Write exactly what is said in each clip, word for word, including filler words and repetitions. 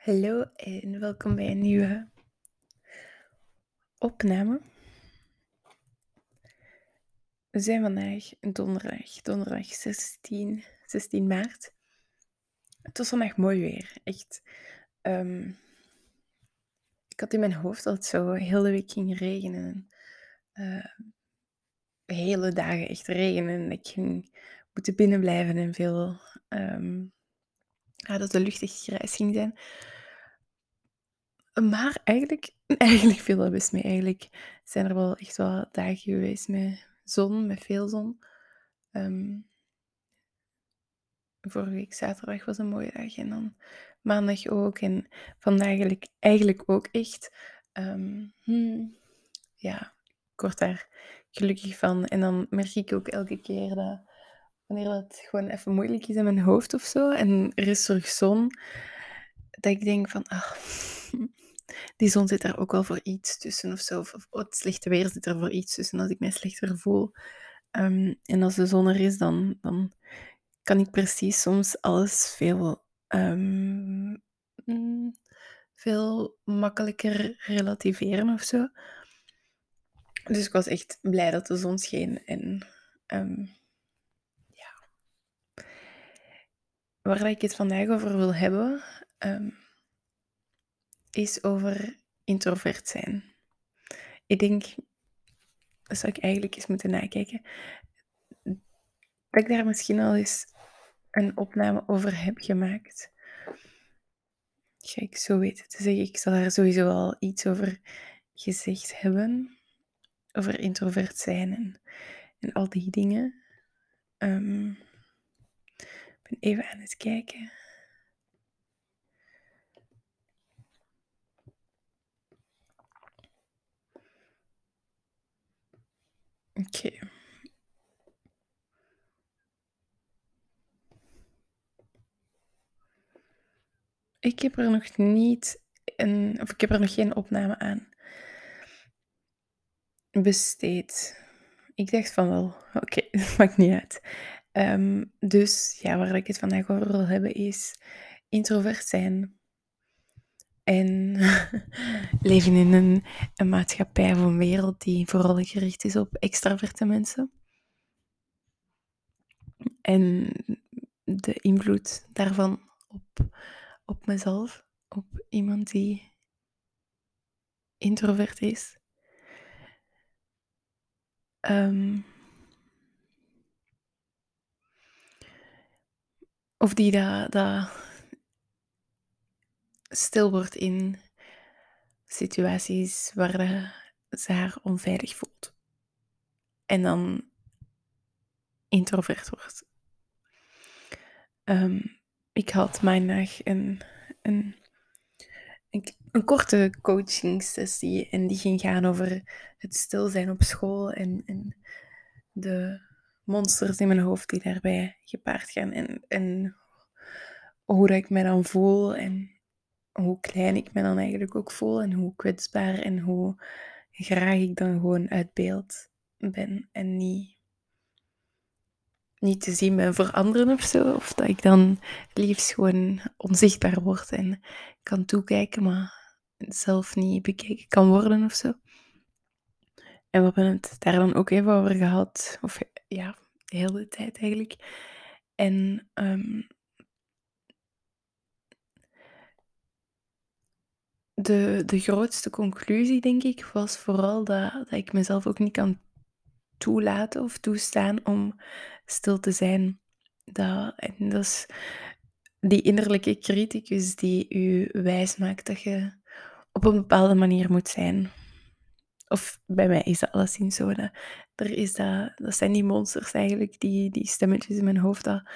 Hallo en welkom bij een nieuwe opname. We zijn vandaag donderdag, donderdag zestien, zestien maart. Het was vandaag mooi weer, echt. Ehm, ik had in mijn hoofd dat het zo heel de week ging regenen. eh hele dagen echt regenen. En ik ging moeten binnenblijven en veel... ehm, ja, dat de lucht echt grijs ging zijn. Maar eigenlijk, eigenlijk viel dat best mee. Eigenlijk zijn er wel echt wel dagen geweest met zon, met veel zon. Ehm, vorige week zaterdag was een mooie dag en dan maandag ook. En vandaag eigenlijk, eigenlijk ook echt. Ehm, hmm, ja, ik word daar gelukkig van. En dan merk ik ook elke keer dat wanneer dat gewoon even moeilijk is in mijn hoofd of zo en er is terug zon, dat ik denk van, ach, die zon zit er ook wel voor iets tussen of zo. Of, of oh, het slechte weer zit er voor iets tussen als ik mij slechter voel. Ehm, en als de zon er is, dan, dan kan ik precies soms alles veel, ehm, mm, veel makkelijker relativeren of zo. Dus ik was echt blij dat de zon scheen. En ehm, ja, waar ik het vandaag over wil hebben, ehm, is over introvert zijn. Ik denk, dat zou ik eigenlijk eens moeten nakijken, dat ik daar misschien al eens een opname over heb gemaakt. Ga ik zo weten te zeggen. Ik zal daar sowieso al iets over gezegd hebben. Over introvert zijn en, en al die dingen. Ehm, ik ben even aan het kijken. Oké. Okay. Ik heb er nog niet een, of ik heb er nog geen opname aan besteed. Ik dacht van wel, oké, okay, dat maakt niet uit. Um, dus ja, waar ik het vandaag over wil hebben is introvert zijn. En leven in een, een maatschappij of een wereld die vooral gericht is op extraverte mensen. En de invloed daarvan op, op mezelf, op iemand die introvert is. Um, of die dat, dat stil wordt in situaties waar ze haar onveilig voelt. En dan introvert wordt. Um, ik had maandag een, een, een, een korte coachingsessie en die ging gaan over het stil zijn op school en, en de monsters in mijn hoofd die daarbij gepaard gaan en, en hoe dat ik me dan voel en hoe klein ik me dan eigenlijk ook voel en hoe kwetsbaar en hoe graag ik dan gewoon uit beeld ben en niet, niet te zien ben voor anderen of zo. Of dat ik dan liefst gewoon onzichtbaar word en kan toekijken, maar zelf niet bekeken kan worden of zo. En we hebben het daar dan ook even over gehad. Of ja, de hele tijd eigenlijk. En um, de, de grootste conclusie, denk ik, was vooral dat, dat ik mezelf ook niet kan toelaten of toestaan om stil te zijn. Dat, en dat is die innerlijke criticus die u wijs maakt dat je op een bepaalde manier moet zijn. Of bij mij is dat alleszins zo. Dat, er is dat, dat zijn die monsters eigenlijk, die, die stemmetjes in mijn hoofd, dat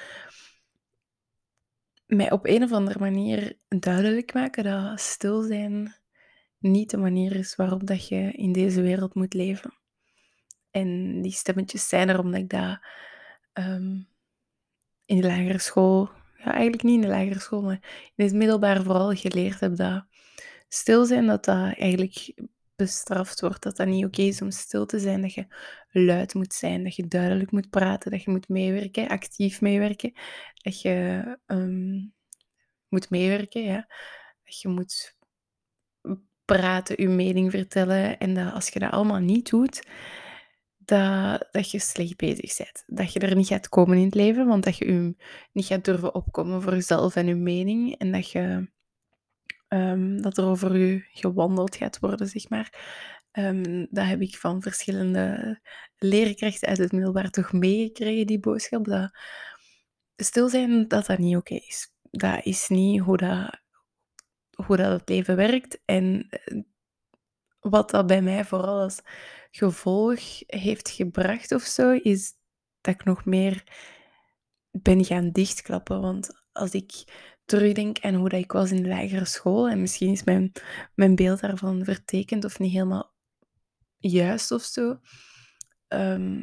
mij op een of andere manier duidelijk maken dat stil zijn niet de manier is waarop dat je in deze wereld moet leven. En die stemmetjes zijn er omdat ik dat um, in de lagere school, ja eigenlijk niet in de lagere school, maar in het middelbaar vooral geleerd heb dat stil zijn, dat dat eigenlijk bestraft wordt, dat dat niet oké is om stil te zijn, dat je luid moet zijn, dat je duidelijk moet praten, dat je moet meewerken, actief meewerken, dat je um, moet meewerken, ja. dat je moet praten, je mening vertellen en dat als je dat allemaal niet doet, dat dat je slecht bezig bent. Dat je er niet gaat komen in het leven, want dat je je niet gaat durven opkomen voor jezelf en je mening en dat je, ehm, dat er over je gewandeld gaat worden, zeg maar. Ehm, dat heb ik van verschillende leerkrachten uit het middelbaar toch meegekregen, die boodschap, dat stil zijn, dat dat niet oké is. Dat is niet hoe dat hoe dat het leven werkt en, eh, wat dat bij mij vooral als gevolg heeft gebracht of zo, is dat ik nog meer ben gaan dichtklappen. Want als ik terugdenk aan hoe dat ik was in de lagere school, en misschien is mijn, mijn beeld daarvan vertekend of niet helemaal juist of zo, ehm,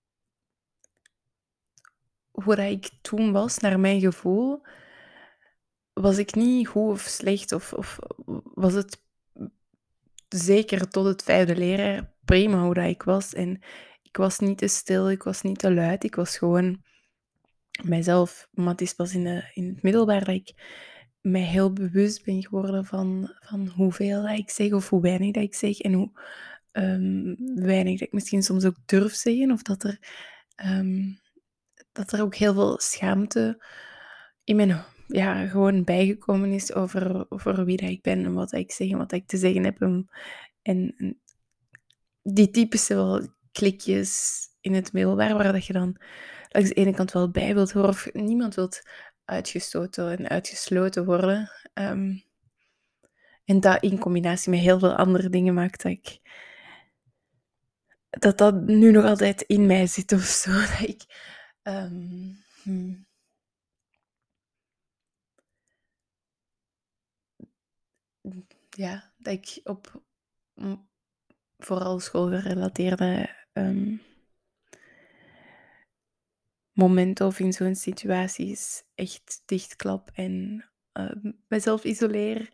hoe dat ik toen was, naar mijn gevoel, was ik niet goed of slecht of, of was het zeker tot het vijfde leerjaar prima hoe dat ik was. En ik was niet te stil, ik was niet te luid, ik was gewoon mijzelf. Maar het is pas in, de, in het middelbaar dat ik mij heel bewust ben geworden van, van hoeveel dat ik zeg of hoe weinig dat ik zeg en hoe ehm, weinig dat ik misschien soms ook durf zeggen. Of dat er, ehm, dat er ook heel veel schaamte in mijn ja, gewoon bijgekomen is over, over wie dat ik ben en wat dat ik zeg en wat dat ik te zeggen heb. En, en en die typische wel klikjes in het middelbaar, waar dat je dan langs de ene kant wel bij wilt horen of niemand wilt uitgestoten en uitgesloten worden. Ehm, en dat in combinatie met heel veel andere dingen maakt dat ik dat dat nu nog altijd in mij zit of zo. Dat ik, ehm, hmm, ja, dat ik op mm, vooral schoolgerelateerde ehm, momenten of in zo'n situaties echt dichtklap en ehm, mezelf isoleer.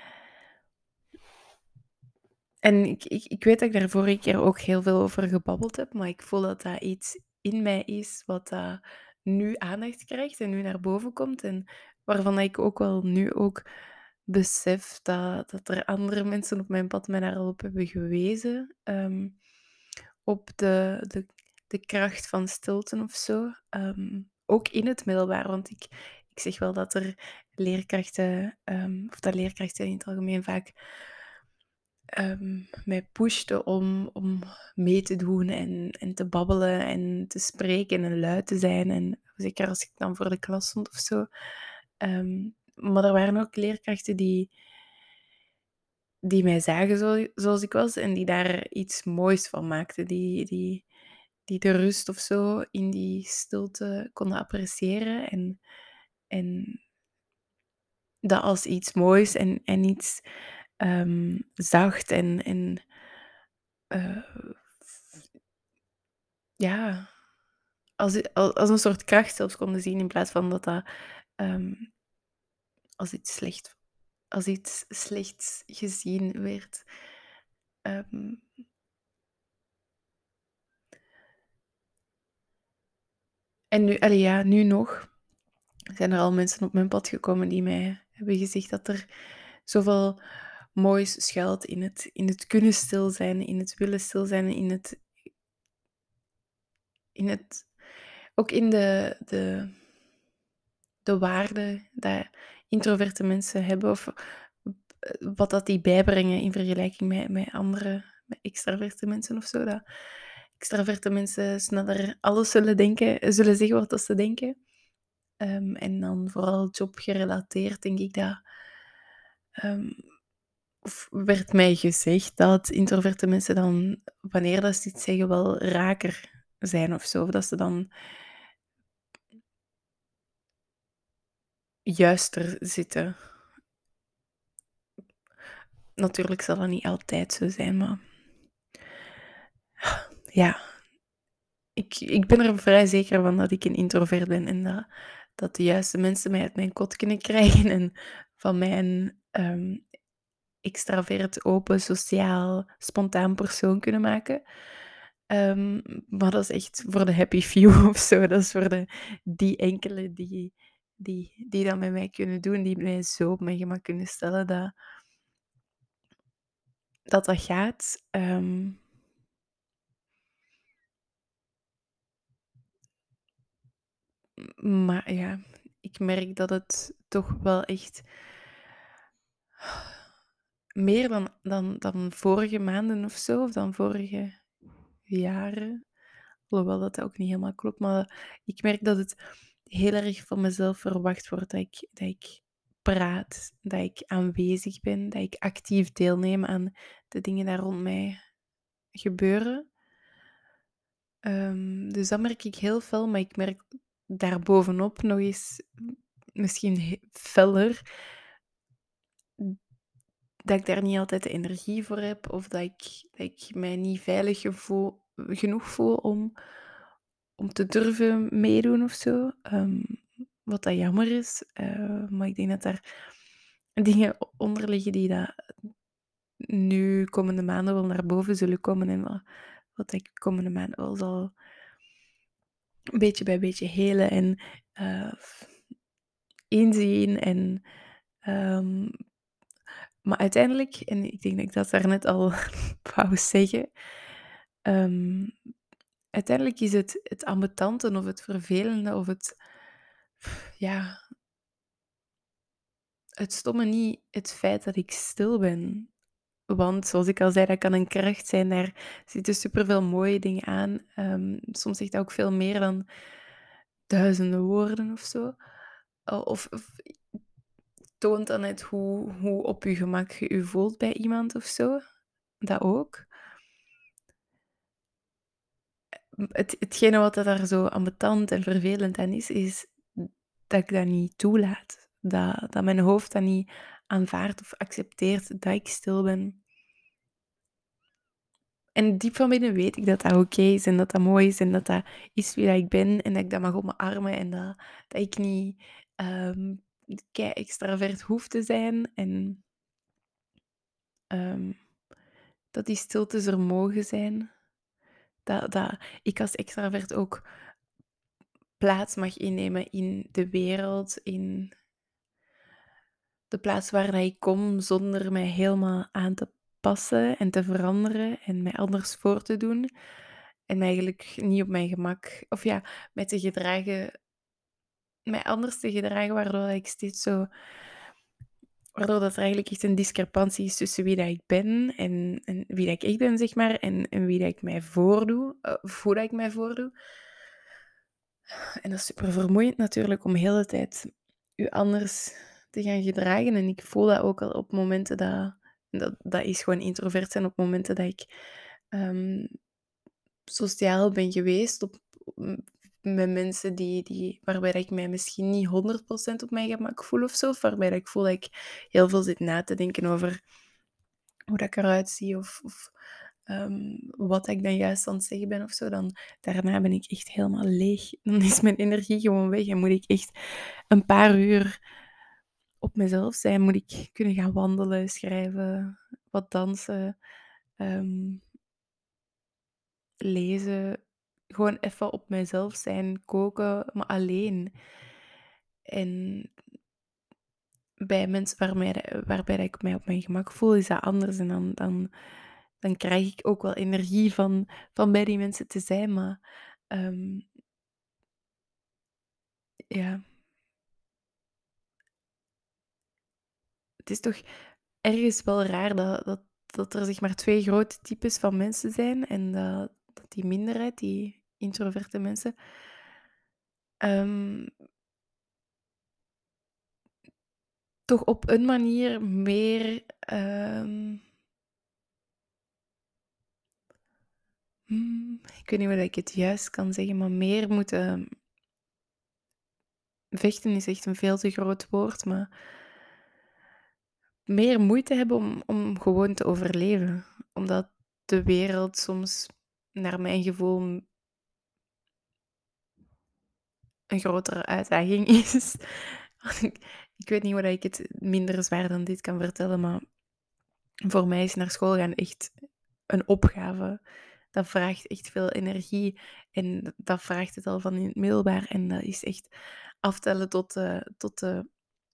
En ik, ik, ik weet dat ik daar vorige keer ook heel veel over gebabbeld heb, maar ik voel dat dat iets in mij is wat dat nu aandacht krijgt en nu naar boven komt. En waarvan ik ook wel nu ook besef dat, dat er andere mensen op mijn pad mij daar al op hebben gewezen. Ehm, op de, de, de kracht van stilte of zo. Ehm, ook in het middelbaar, want ik, ik zeg wel dat er leerkrachten, ehm, of dat leerkrachten in het algemeen vaak ehm, mij pushte om, om mee te doen en, en te babbelen en te spreken en luid te zijn. En zeker als ik dan voor de klas stond of zo. Ehm, maar er waren ook leerkrachten die, die mij zagen zo, zoals ik was en die daar iets moois van maakten. Die, die, die de rust of zo in die stilte konden appreciëren. En, en dat als iets moois en, en iets ehm, zacht en, en eh, ja, als, als, als een soort kracht zelfs konden zien in plaats van dat dat ehm, als iets slecht, als iets slechts gezien werd. Ehm, en nu, allee, ja, nu nog zijn er al mensen op mijn pad gekomen die mij hebben gezegd dat er zoveel moois schuilt in het, in het kunnen stil zijn, in het willen stil zijn, in het, in het ook in de, de, de waarde dat introverte mensen hebben of eh, wat dat die bijbrengen in vergelijking met, met andere, met extraverte mensen of zo. Dat extraverte mensen sneller alles zullen denken, zullen zeggen wat dat ze denken. Ehm, en dan vooral jobgerelateerd denk ik dat, ehm, of werd mij gezegd dat introverte mensen dan, wanneer dat ze iets zeggen, wel raker zijn of zo. Of dat ze dan juister zitten. Natuurlijk zal dat niet altijd zo zijn, maar ja, ik, ik ben er vrij zeker van dat ik een introvert ben en dat, dat de juiste mensen mij uit mijn kot kunnen krijgen en van mij een ehm, extravert, open, sociaal, spontaan persoon kunnen maken. Ehm, maar dat is echt voor de happy few of zo. Dat is voor de, die enkele die, die, die dat met mij kunnen doen, die mij zo op mijn gemak kunnen stellen dat dat, dat gaat. Ehm, maar ja, ik merk dat het toch wel echt meer dan, dan, dan vorige maanden of zo, of dan vorige jaren. Hoewel dat ook niet helemaal klopt, maar ik merk dat het heel erg van mezelf verwacht wordt dat ik, dat ik praat, dat ik aanwezig ben, dat ik actief deelneem aan de dingen daar rond mij gebeuren. Ehm, dus dat merk ik heel fel, maar ik merk daarbovenop nog eens misschien he- feller dat ik daar niet altijd de energie voor heb of dat ik, dat ik mij niet veilig gevoel, genoeg voel om, om te durven meedoen of zo. Ehm, wat dat jammer is. Eh, maar ik denk dat daar dingen onder liggen die dat nu komende maanden wel naar boven zullen komen en wat, wat ik komende maanden wel zal beetje bij beetje helen en eh, inzien. En, ehm, maar uiteindelijk, en ik denk dat ik dat daarnet al wou zeggen, ehm, uiteindelijk is het het ambetante of het vervelende of het, ja, het stomme niet het feit dat ik stil ben. Want zoals ik al zei, dat kan een kracht zijn. Daar zitten superveel mooie dingen aan. Ehm, soms zegt dat ook veel meer dan duizenden woorden of zo. O- Of, of toont dan het hoe, hoe op je gemak je je voelt bij iemand of zo. Dat ook. Het, hetgene wat dat daar zo ambetant en vervelend aan is, is dat ik dat niet toelaat. Dat, dat mijn hoofd dat niet aanvaardt of accepteert dat ik stil ben. En diep van binnen weet ik dat dat oké is en dat dat mooi is en dat dat is wie dat ik ben en dat ik dat mag omarmen en dat, dat ik niet um, kei extravert hoef te zijn en ehm, dat die stiltes er mogen zijn. Dat, dat ik als extravert ook plaats mag innemen in de wereld, in de plaats waar dat ik kom, zonder mij helemaal aan te passen en te veranderen en mij anders voor te doen. En mij eigenlijk niet op mijn gemak, of ja, mij te gedragen, mij anders te gedragen, waardoor ik steeds zo, waardoor dat er eigenlijk echt een discrepantie is tussen wie dat ik ben en, en wie dat ik echt ben, zeg maar, en, en wie dat ik mij voordoe, uh, of hoe dat ik mij voordoe. En dat is super vermoeiend natuurlijk om heel de tijd je anders te gaan gedragen. En ik voel dat ook al op momenten dat, dat, dat is gewoon introvert zijn, op momenten dat ik ehm, sociaal ben geweest op, m- met mensen die, die, waarbij dat ik mij misschien niet honderd procent op mijn gemak voel of zo. Of waarbij dat ik voel dat ik heel veel zit na te denken over hoe dat ik eruit zie of, of ehm, wat ik dan juist aan het zeggen ben of zo. Dan daarna ben ik echt helemaal leeg. Dan is mijn energie gewoon weg en moet ik echt een paar uur op mezelf zijn. Moet ik kunnen gaan wandelen, schrijven, wat dansen, ehm, lezen, gewoon even op mezelf zijn, koken, maar alleen. En bij mensen waarmee, de- waarbij dat ik mij op mijn gemak voel, is dat anders. En dan, dan, dan krijg ik ook wel energie van, van bij die mensen te zijn. Maar ehm, ja, het is toch ergens wel raar dat, dat, dat er zeg maar twee grote types van mensen zijn. En dat, dat die minderheid, die introverte mensen, ehm, toch op een manier meer, ehm, hmm, ik weet niet hoe ik het juist kan zeggen, maar meer moeten vechten is echt een veel te groot woord, maar meer moeite hebben om, om gewoon te overleven. Omdat de wereld soms, naar mijn gevoel, een grotere uitdaging is. ik, ik weet niet hoe dat ik het minder zwaar dan dit kan vertellen, maar voor mij is naar school gaan echt een opgave. Dat vraagt echt veel energie en dat vraagt het al van in het middelbaar en dat is echt aftellen tot de tot de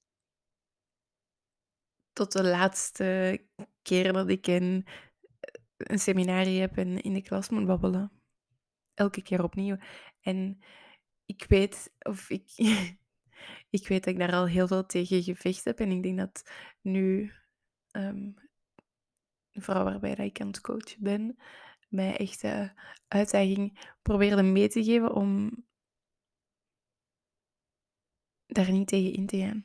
tot de laatste keer dat ik een een seminarie heb en in de klas moet babbelen. Elke keer opnieuw. En ik weet of ik ik weet dat ik daar al heel veel tegen gevecht heb en ik denk dat nu, ehm, de vrouw waarbij dat ik aan het coachen ben, mij echt de uitdaging probeerde mee te geven om daar niet tegen in te gaan.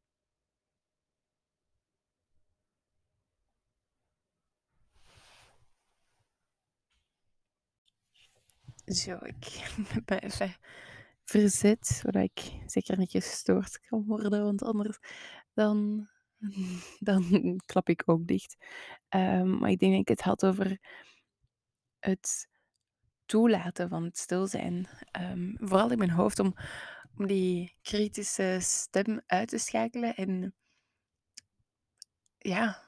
Zo, ik heb me even verzet, zodat ik zeker niet gestoord kan worden, want anders dan dan klap ik ook dicht. Ehm, maar ik denk dat ik het had over het toelaten van het stil zijn. Ehm, vooral in mijn hoofd om om die kritische stem uit te schakelen en ja,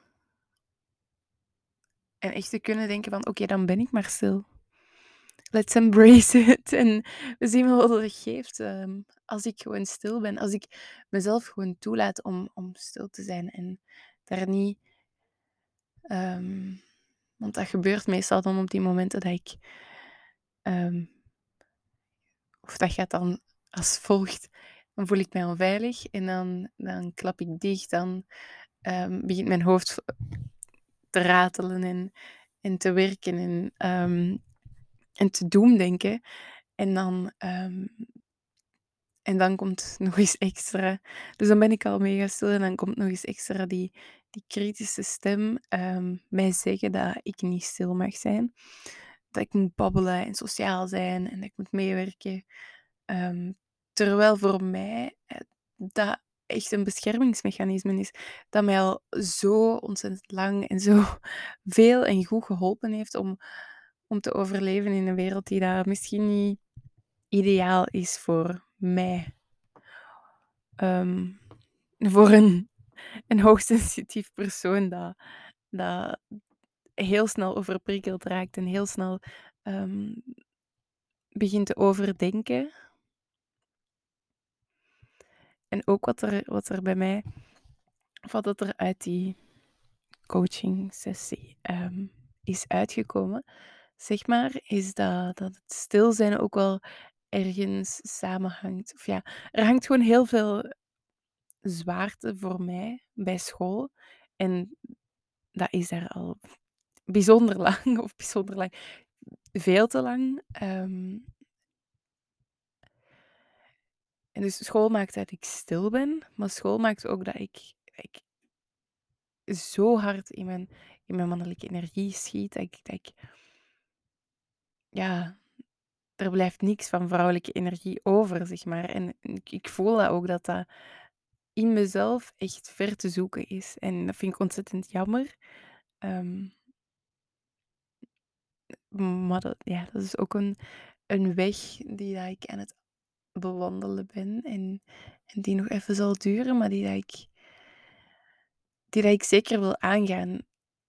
en echt te kunnen denken van: "Oké, dan ben ik maar stil. Let's embrace it." En we zien wel wat het geeft, ehm, als ik gewoon stil ben. Als ik mezelf gewoon toelaat om om stil te zijn en daar niet ehm, want dat gebeurt meestal dan op die momenten dat ik, ehm of dat gaat dan als volgt: dan voel ik mij onveilig en dan dan klap ik dicht, dan, ehm, begint mijn hoofd te ratelen en en te werken en, ehm, en te doemdenken. En dan, ehm, en dan komt nog eens extra dus dan ben ik al mega stil en dan komt nog eens extra die die kritische stem, ehm, mij zeggen dat ik niet stil mag zijn. Dat ik moet babbelen en sociaal zijn en dat ik moet meewerken. Ehm, terwijl voor mij, eh, dat echt een beschermingsmechanisme is, dat mij al zo ontzettend lang en zo veel en goed geholpen heeft om om te overleven in een wereld die dat misschien niet ideaal is voor mij. Ehm, voor een een hoogsensitief persoon dat dat heel snel overprikkeld raakt en heel snel, ehm, begint te overdenken. En ook wat er wat er bij mij of wat dat er uit die coachingsessie, ehm, is uitgekomen, zeg maar, is dat dat het stil zijn ook wel ergens samenhangt. Of ja, er hangt gewoon heel veel zwaarte voor mij bij school en dat is daar al bijzonder lang of bijzonder lang, veel te lang. Ehm, en dus school maakt dat ik stil ben, maar school maakt ook dat ik ik zo hard in mijn in mijn mannelijke energie schiet, dat ik dat ik ja, er blijft niks van vrouwelijke energie over, zeg maar. En ik ik voel dat ook, dat dat in mezelf echt ver te zoeken is. En dat vind ik ontzettend jammer. Ehm, maar dat ja, dat is ook een een weg die dat ik aan het bewandelen ben en en die nog even zal duren, maar die dat ik die dat ik zeker wil aangaan.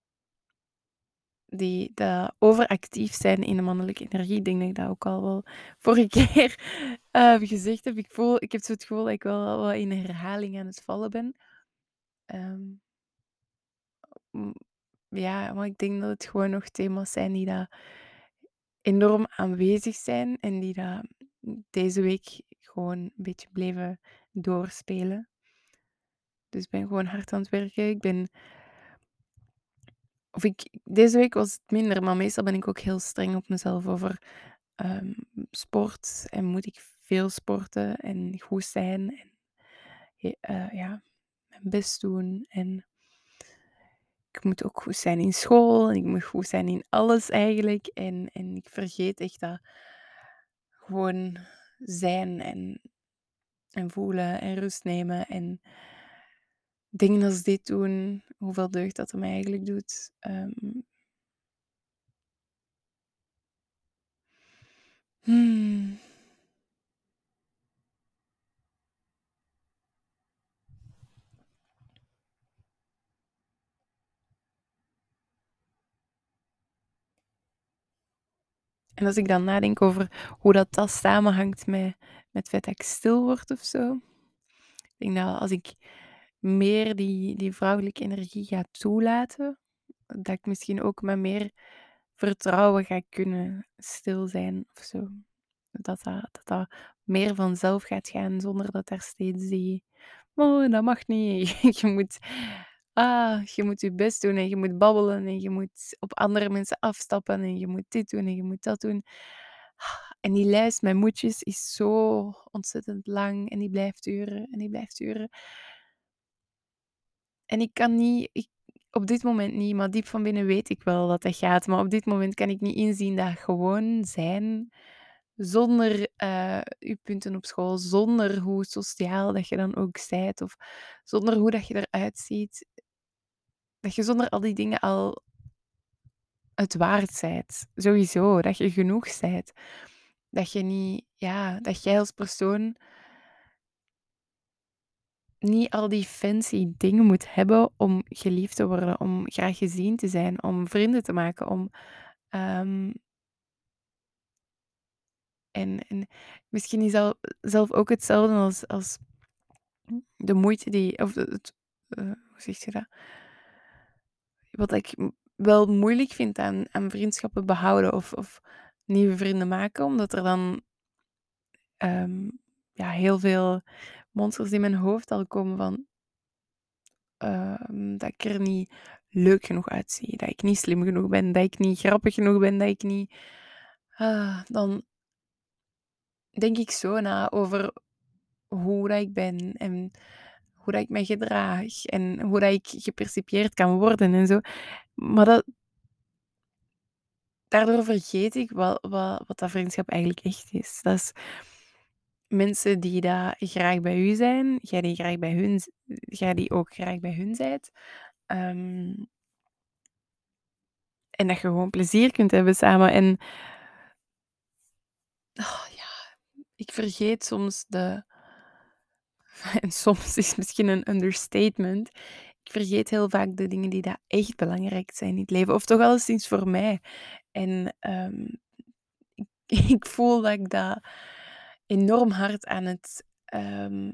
Die dat overactief zijn in de mannelijke energie. Ik denk dat ik dat ook al wel vorige keer, eh, gezegd heb. Ik voel ik heb zo het gevoel dat ik wel wat in herhaling aan het vallen ben. Ehm, m ja, maar ik denk dat het gewoon nog thema's zijn die daar enorm aanwezig zijn en die dat deze week gewoon een beetje bleven doorspelen. Dus ik ben gewoon hard aan het werken. Ik ben of ik deze week was het minder, maar meestal ben ik ook heel streng op mezelf over, ehm, sport en moet ik veel sporten en goed zijn en he eh, ja, mijn best doen en ik moet ook goed zijn in school en ik moet goed zijn in alles eigenlijk en en ik vergeet echt dat gewoon zijn en en voelen en rust nemen en dingen als dit doen, hoeveel deugd dat er mij eigenlijk doet. Ehm, hmm. En als ik dan nadenk over hoe dat dat samenhangt met het feit dat ik stil word of zo. Ik denk dat als ik meer die die vrouwelijke energie ga toelaten, dat ik misschien ook met meer vertrouwen ga kunnen stil zijn of zo. Dat dat dat dat meer vanzelf gaat gaan zonder dat daar steeds die: "Oh, dat mag niet. Je moet ah, je moet je best doen en je moet babbelen en je moet op andere mensen afstappen en je moet dit doen en je moet dat doen." En die lijst met moetjes is zo ontzettend lang en die blijft duren en die blijft duren. En ik kan niet ik op dit moment niet, maar diep van binnen weet ik wel dat dat gaat. Maar op dit moment kan ik niet inzien dat gewoon zijn, zonder, eh, je punten op school, zonder hoe sociaal dat je dan ook zijt of zonder hoe dat je eruit ziet, dat je zonder al die dingen al het waard zijt. Sowieso, dat je genoeg zijt. Dat je niet ja, dat jij als persoon niet al die fancy dingen moet hebben om geliefd te worden, om graag gezien te zijn, om vrienden te maken, om, ehm, en en misschien is dat zelf ook hetzelfde als als de moeite die of het het, eh, hoe zeg je dat? Wat ik m wel moeilijk vind aan aan vriendschappen behouden of of nieuwe vrienden maken, omdat er dan, ehm, ja, heel veel monsters in mijn hoofd al komen van Ehm, dat ik er niet leuk genoeg uitzie, dat ik niet slim genoeg ben, dat ik niet grappig genoeg ben, dat ik niet ah, dan denk ik zo na over hoe dat ik ben en hoe dat ik mij gedraag en hoe dat ik gepercipieerd kan worden en zo. Maar dat daardoor vergeet ik wel wat wat dat vriendschap eigenlijk echt is. Dat is mensen die dat graag bij u zijn, jij die graag bij hun z jij die ook graag bij hun zijt. Ehm En dat je gewoon plezier kunt hebben samen. En oh ja, ik vergeet soms de en soms is het misschien een understatement. Ik vergeet heel vaak de dingen die dat echt belangrijk zijn in het leven, of toch alleszins voor mij. En, ehm, ik ik voel dat ik dat enorm hard aan het, ehm,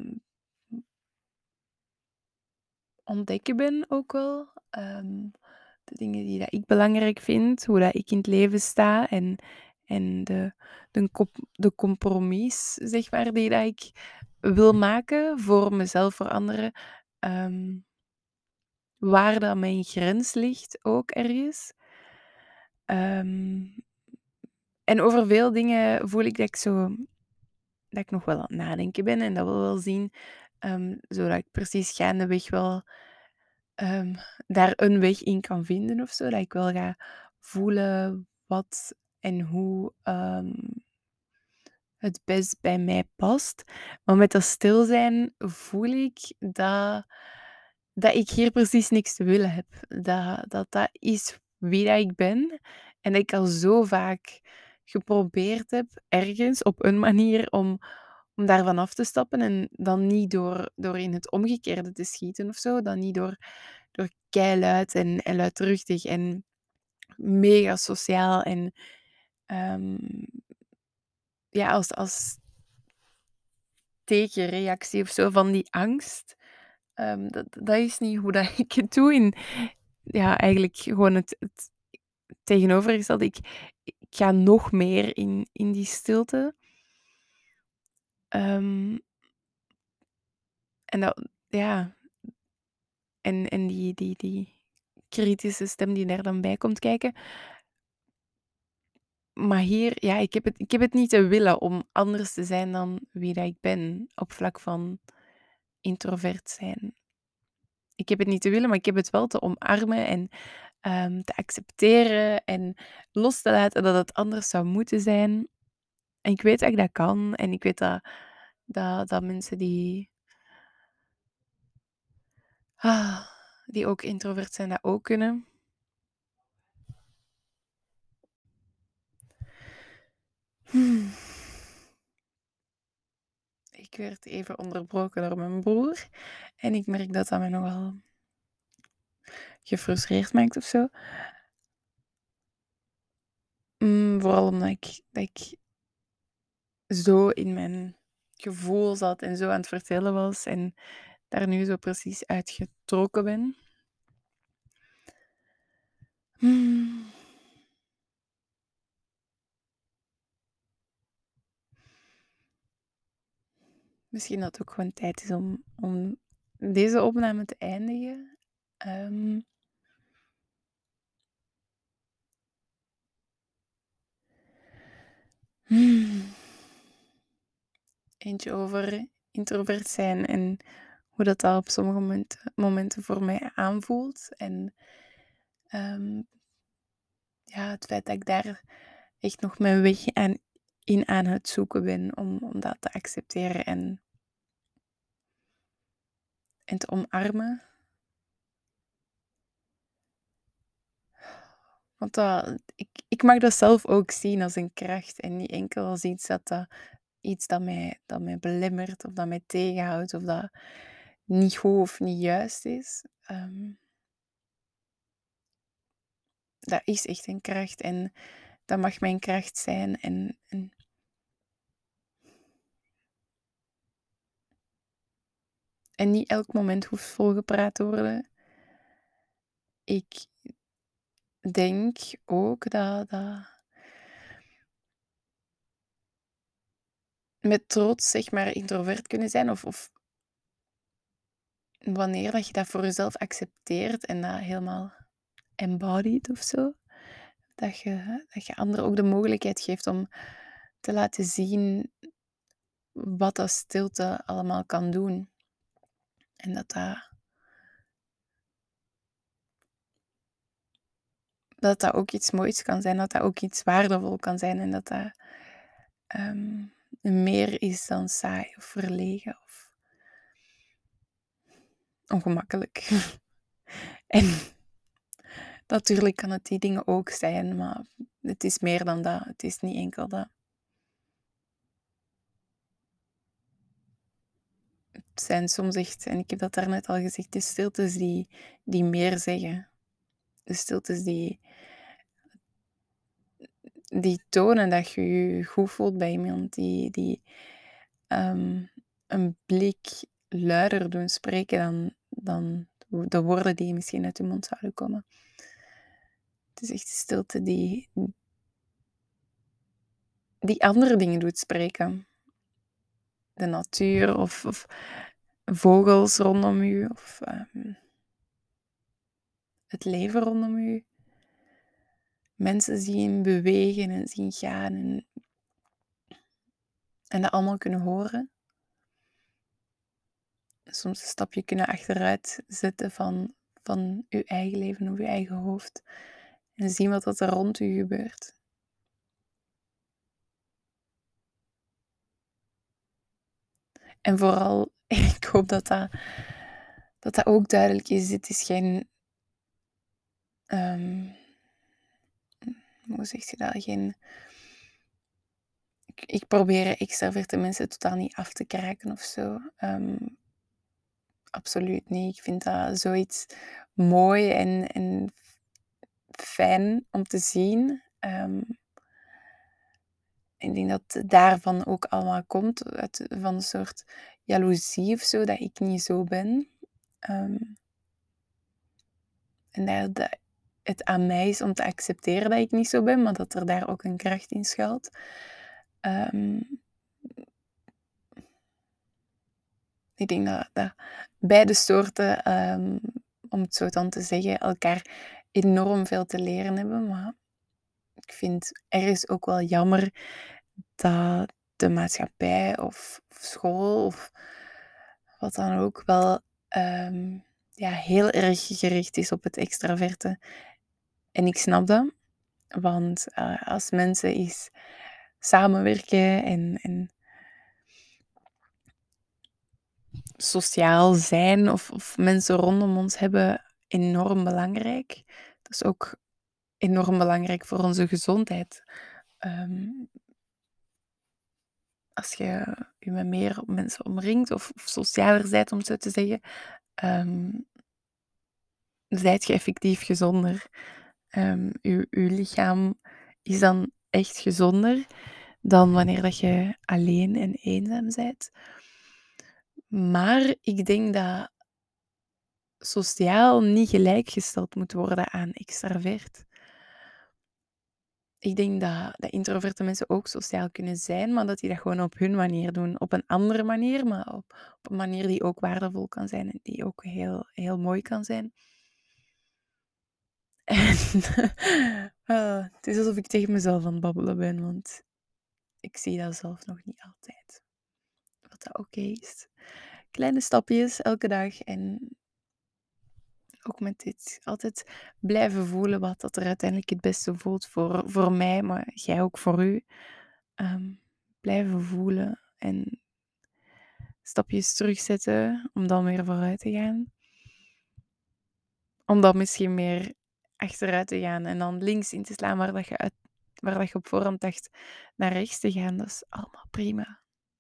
ontdekken ben ook wel. Ehm, de dingen die dat ik belangrijk vind, hoe dat ik in het leven sta en en de de kop de compromis, zeg maar, die dat ik wil maken voor mezelf, voor anderen. Ehm, waar dat mijn grens ligt ook ergens. Ehm, en over veel dingen voel ik dat ik zo dat ik nog wel aan het nadenken ben en dat wil wel zien, ehm, zodat ik precies gaandeweg wel Ehm, daar een weg in kan vinden of zo. Dat ik wel ga voelen wat en hoe, ehm, het best bij mij past. Maar met dat stil zijn voel ik dat dat ik hier precies niks te willen heb. Dat dat dat is wie dat ik ben en dat ik al zo vaak geprobeerd heb, ergens op een manier om om daarvan af te stappen en dan niet door door in het omgekeerde te schieten of zo, dan niet door door keiluid en en luidruchtig en mega sociaal en, ehm, ja, als als tegenreactie of zo van die angst. Ehm, dat dat is niet hoe dat ik het doe in ja, eigenlijk gewoon het het tegenovergestelde. Ik ik ga nog meer in in die stilte. Ehm, en dat ja, en en die die die kritische stem die daar dan bij komt kijken. Maar hier, ja, ik heb het ik heb het niet te willen om anders te zijn dan wie dat ik ben op vlak van introvert zijn. Ik heb het niet te willen, maar ik heb het wel te omarmen en, ehm, te accepteren en los te laten dat het anders zou moeten zijn. En ik weet dat ik dat kan en ik weet dat dat dat mensen die ah, die ook introvert zijn, dat ook kunnen. Hmm. Ik werd even onderbroken door mijn broer en ik merk dat dat mij nogal gefrustreerd maakt of zo. Hm, vooral omdat ik dat ik zo in mijn gevoel zat en zo aan het vertellen was en daar nu zo precies uitgetrokken ben. Hmm. Misschien dat het ook gewoon tijd is om, om deze opname te eindigen. Ehm, hmm. Eentje over introvert zijn en hoe dat al op sommige momenten, momenten voor mij aanvoelt. En ehm, ja, het feit dat ik daar echt nog mijn weg aan, in aan het zoeken ben om, om dat te accepteren en, en te omarmen. Want dat, ik, ik mag dat zelf ook zien als een kracht en niet enkel als iets dat, dat, iets dat, mij, dat mij belemmert of dat mij tegenhoudt of dat niet goed of niet juist is. Ehm, dat is echt een kracht en dat mag mijn kracht zijn. En, en, en niet elk moment hoeft volgepraat te worden. Ik denk ook dat, dat met trots zeg maar introvert kunnen zijn of, of wanneer dat je dat voor jezelf accepteert en dat helemaal embodied of zo, dat je, dat je anderen ook de mogelijkheid geeft om te laten zien wat dat stilte allemaal kan doen. En dat dat, dat dat ook iets moois kan zijn, dat dat ook iets waardevol kan zijn en dat dat um, meer is dan saai of verlegen of ongemakkelijk. En natuurlijk kan het die dingen ook zijn, maar het is meer dan dat. Het is niet enkel dat. Het zijn soms echt, en ik heb dat daarnet al gezegd, de stiltes die, die meer zeggen. De stiltes die, die tonen dat je je goed voelt bij iemand. Die, die um, een blik luider doen spreken dan, dan de woorden die misschien uit je mond zouden komen. Het is echt de stilte die, die andere dingen doet spreken. De natuur of, of vogels rondom u of um, het leven rondom u. Mensen zien bewegen en zien gaan en, en dat allemaal kunnen horen. Soms een stapje kunnen achteruit zetten van, van uw eigen leven of uw eigen hoofd. En zien wat er rond u gebeurt. En vooral, ik hoop dat dat, dat, dat ook duidelijk is. Het is geen... Um, hoe zeg je dat? Geen... Ik, ik probeer extraverte mensen totaal niet af te kraken of zo. Um, absoluut niet. Ik vind dat zoiets mooi en, en fijn om te zien. Um, ik denk dat het daarvan ook allemaal komt, uit, van een soort jaloezie of zo, dat ik niet zo ben. Um, en dat, dat het aan mij is om te accepteren dat ik niet zo ben, maar dat er daar ook een kracht in schuilt. Um, ik denk dat, dat beide soorten, um, om het zo dan te zeggen, elkaar enorm veel te leren hebben. Maar ik vind ergens ook wel jammer dat de maatschappij of, of school of wat dan ook wel um, ja, heel erg gericht is op het extraverte. En ik snap dat, want uh, als mensen eens samenwerken en, en sociaal zijn of, of mensen rondom ons hebben, enorm belangrijk. Dat is ook enorm belangrijk voor onze gezondheid. Um, als je je met meer mensen omringt of, of socialer bent, om het zo te zeggen, um, zijt je effectief gezonder. Um, uw, uw lichaam is dan echt gezonder. dan wanneer dat je alleen en eenzaam bent. Maar ik denk dat sociaal niet gelijkgesteld moet worden aan extravert. Ik denk dat, dat introverte mensen ook sociaal kunnen zijn, maar dat die dat gewoon op hun manier doen. Op een andere manier, maar op, op een manier die ook waardevol kan zijn en die ook heel, heel mooi kan zijn. En ah, het is alsof ik tegen mezelf aan het babbelen ben, want ik zie dat zelf nog niet altijd. Wat dat oké is. Kleine stapjes elke dag en ook met dit altijd blijven voelen wat dat er uiteindelijk het beste voelt voor, voor mij, maar jij ook voor u. Ehm, blijven voelen en stapjes terugzetten om dan weer vooruit te gaan. Om dan misschien meer achteruit te gaan en dan links in te slaan waar, dat je, uit, waar dat je op voorhand dacht naar rechts te gaan. Dat is allemaal prima.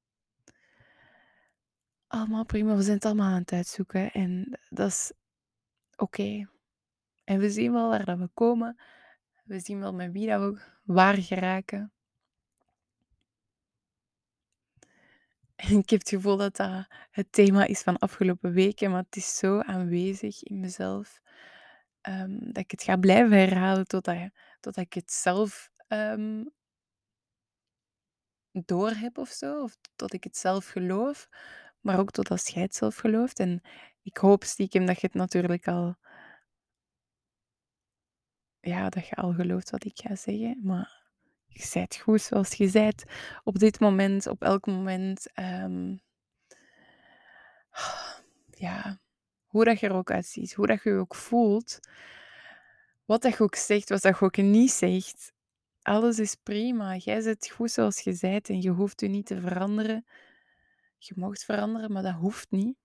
Allemaal prima. We zijn het allemaal aan het uitzoeken en dat is oké. En we zien wel waar dat we komen. We zien wel met wie dat we waar geraken. En ik heb het gevoel dat dat het thema is van afgelopen weken, maar het is zo aanwezig in mezelf, ehm, dat ik het ga blijven herhalen totdat, totdat ik het zelf um, doorheb of zo, of tot ik het zelf geloof, maar ook totdat jij het zelf gelooft. En ik hoop stiekem dat je het natuurlijk al, ja, dat je al gelooft wat ik ga zeggen, maar je bent goed zoals je bent, op dit moment, op elk moment. ehm, ja, hoe dat je er ook uitziet, hoe dat je je ook voelt, wat dat je ook zegt, wat dat je ook niet zegt, alles is prima. Jij bent goed zoals je bent en je hoeft je niet te veranderen. Je mag veranderen, maar dat hoeft niet.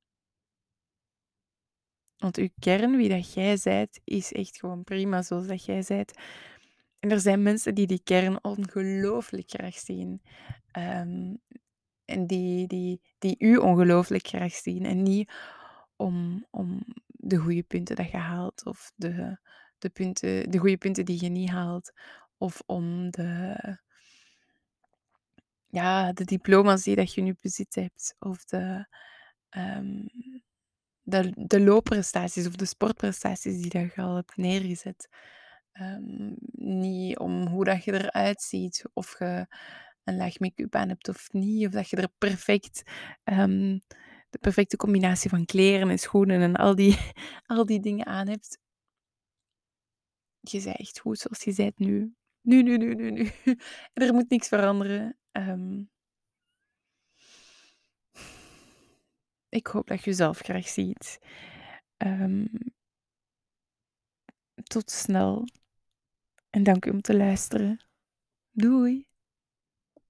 Want je kern, wie dat jij bent, is echt gewoon prima zoals dat jij bent. En er zijn mensen die die kern ongelooflijk graag zien. Ehm, en die, die, die u ongelooflijk graag zien. En niet om, om de goede punten dat je haalt. Of de, de, punten, de goede punten die je niet haalt. Of om de, ja, de diploma's die dat je nu bezit hebt. Of de, ehm, de, de loopprestaties of de sportprestaties die dat je al hebt neergezet. Ehm, niet om hoe dat je eruit ziet, of je een laag make-up aan hebt of niet, of dat je er perfect, ehm, de perfecte combinatie van kleren en schoenen en al die, al die dingen aan hebt. Je bent echt goed zoals je bent nu. Nu, nu, nu, nu, nu. Er moet niks veranderen. Ehm, ik hoop dat je jezelf graag ziet. Ehm, tot snel en dank u om te luisteren. Doei!